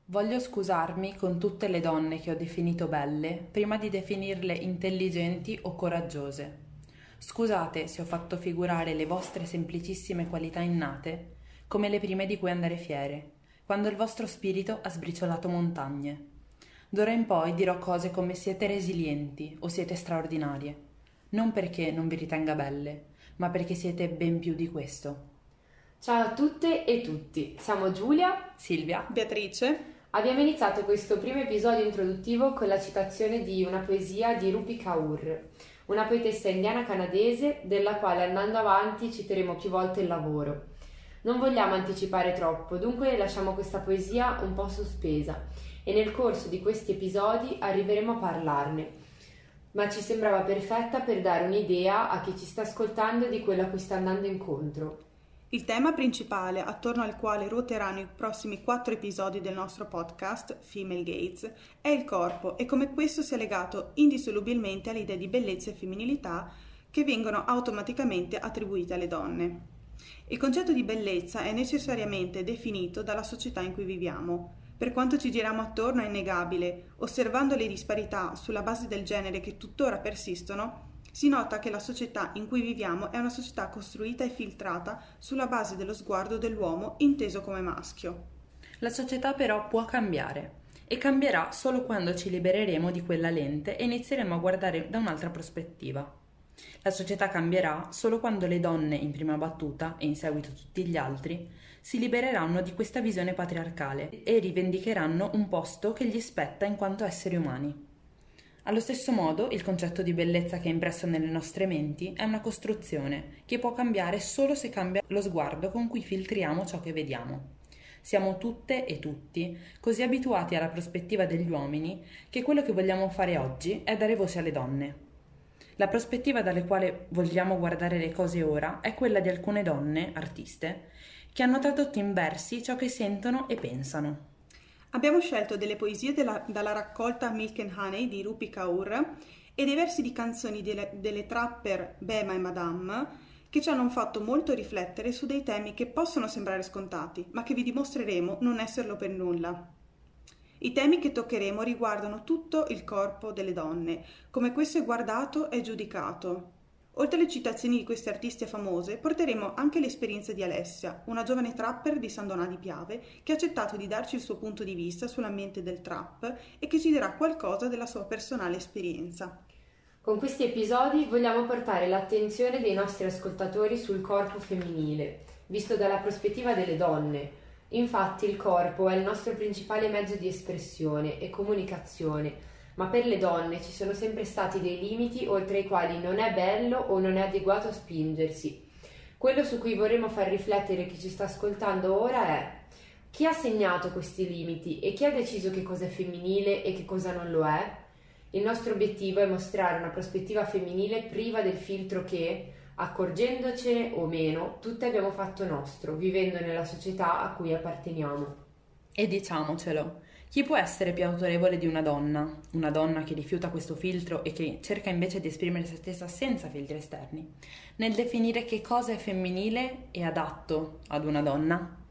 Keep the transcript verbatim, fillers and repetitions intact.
Voglio scusarmi con tutte le donne che ho definito belle prima di definirle intelligenti o coraggiose. Scusate se ho fatto figurare le vostre semplicissime qualità innate come le prime di cui andare fiere, quando il vostro spirito ha sbriciolato montagne. D'ora in poi dirò cose come siete resilienti o siete straordinarie, non perché non vi ritenga belle, ma perché siete ben più di questo. Ciao a tutte e tutti, siamo Giulia, Silvia, Beatrice. Abbiamo iniziato questo primo episodio introduttivo con la citazione di una poesia di Rupi Kaur, una poetessa indiana canadese della quale andando avanti citeremo più volte il lavoro. Non vogliamo anticipare troppo, dunque lasciamo questa poesia un po' sospesa e nel corso di questi episodi arriveremo a parlarne, ma ci sembrava perfetta per dare un'idea a chi ci sta ascoltando di quello a cui sta andando incontro. Il tema principale attorno al quale ruoteranno i prossimi quattro episodi del nostro podcast, Female Gaze, è il corpo e come questo sia legato indissolubilmente alle idee di bellezza e femminilità che vengono automaticamente attribuite alle donne. Il concetto di bellezza è necessariamente definito dalla società in cui viviamo. Per quanto ci giriamo attorno è innegabile, osservando le disparità sulla base del genere che tuttora persistono, si nota che la società in cui viviamo è una società costruita e filtrata sulla base dello sguardo dell'uomo inteso come maschio. La società però può cambiare e cambierà solo quando ci libereremo di quella lente e inizieremo a guardare da un'altra prospettiva. La società cambierà solo quando le donne in prima battuta e in seguito tutti gli altri si libereranno di questa visione patriarcale e rivendicheranno un posto che gli spetta in quanto esseri umani. Allo stesso modo, il concetto di bellezza che è impresso nelle nostre menti è una costruzione che può cambiare solo se cambia lo sguardo con cui filtriamo ciò che vediamo. Siamo tutte e tutti così abituati alla prospettiva degli uomini che quello che vogliamo fare oggi è dare voce alle donne. La prospettiva dalle quale vogliamo guardare le cose ora è quella di alcune donne, artiste, che hanno tradotto in versi ciò che sentono e pensano. Abbiamo scelto delle poesie della, dalla raccolta Milk and Honey di Rupi Kaur e dei versi di canzoni delle, delle trapper Bema e Madame che ci hanno fatto molto riflettere su dei temi che possono sembrare scontati, ma che vi dimostreremo non esserlo per nulla. I temi che toccheremo riguardano tutto il corpo delle donne, come questo è guardato e giudicato. Oltre alle citazioni di queste artiste famose, porteremo anche l'esperienza di Alessia, una giovane trapper di San Donà di Piave, che ha accettato di darci il suo punto di vista sull'ambiente del trap e che ci dirà qualcosa della sua personale esperienza. Con questi episodi vogliamo portare l'attenzione dei nostri ascoltatori sul corpo femminile, visto dalla prospettiva delle donne. Infatti il corpo è il nostro principale mezzo di espressione e comunicazione, ma per le donne ci sono sempre stati dei limiti oltre i quali non è bello o non è adeguato spingersi. Quello su cui vorremmo far riflettere chi ci sta ascoltando ora è: chi ha segnato questi limiti e chi ha deciso che cosa è femminile e che cosa non lo è? Il nostro obiettivo è mostrare una prospettiva femminile priva del filtro che, accorgendocene o meno, tutte abbiamo fatto nostro, vivendo nella società a cui apparteniamo. E diciamocelo, chi può essere più autorevole di una donna? Una donna che rifiuta questo filtro e che cerca invece di esprimere se stessa senza filtri esterni, nel definire che cosa è femminile e adatto ad una donna?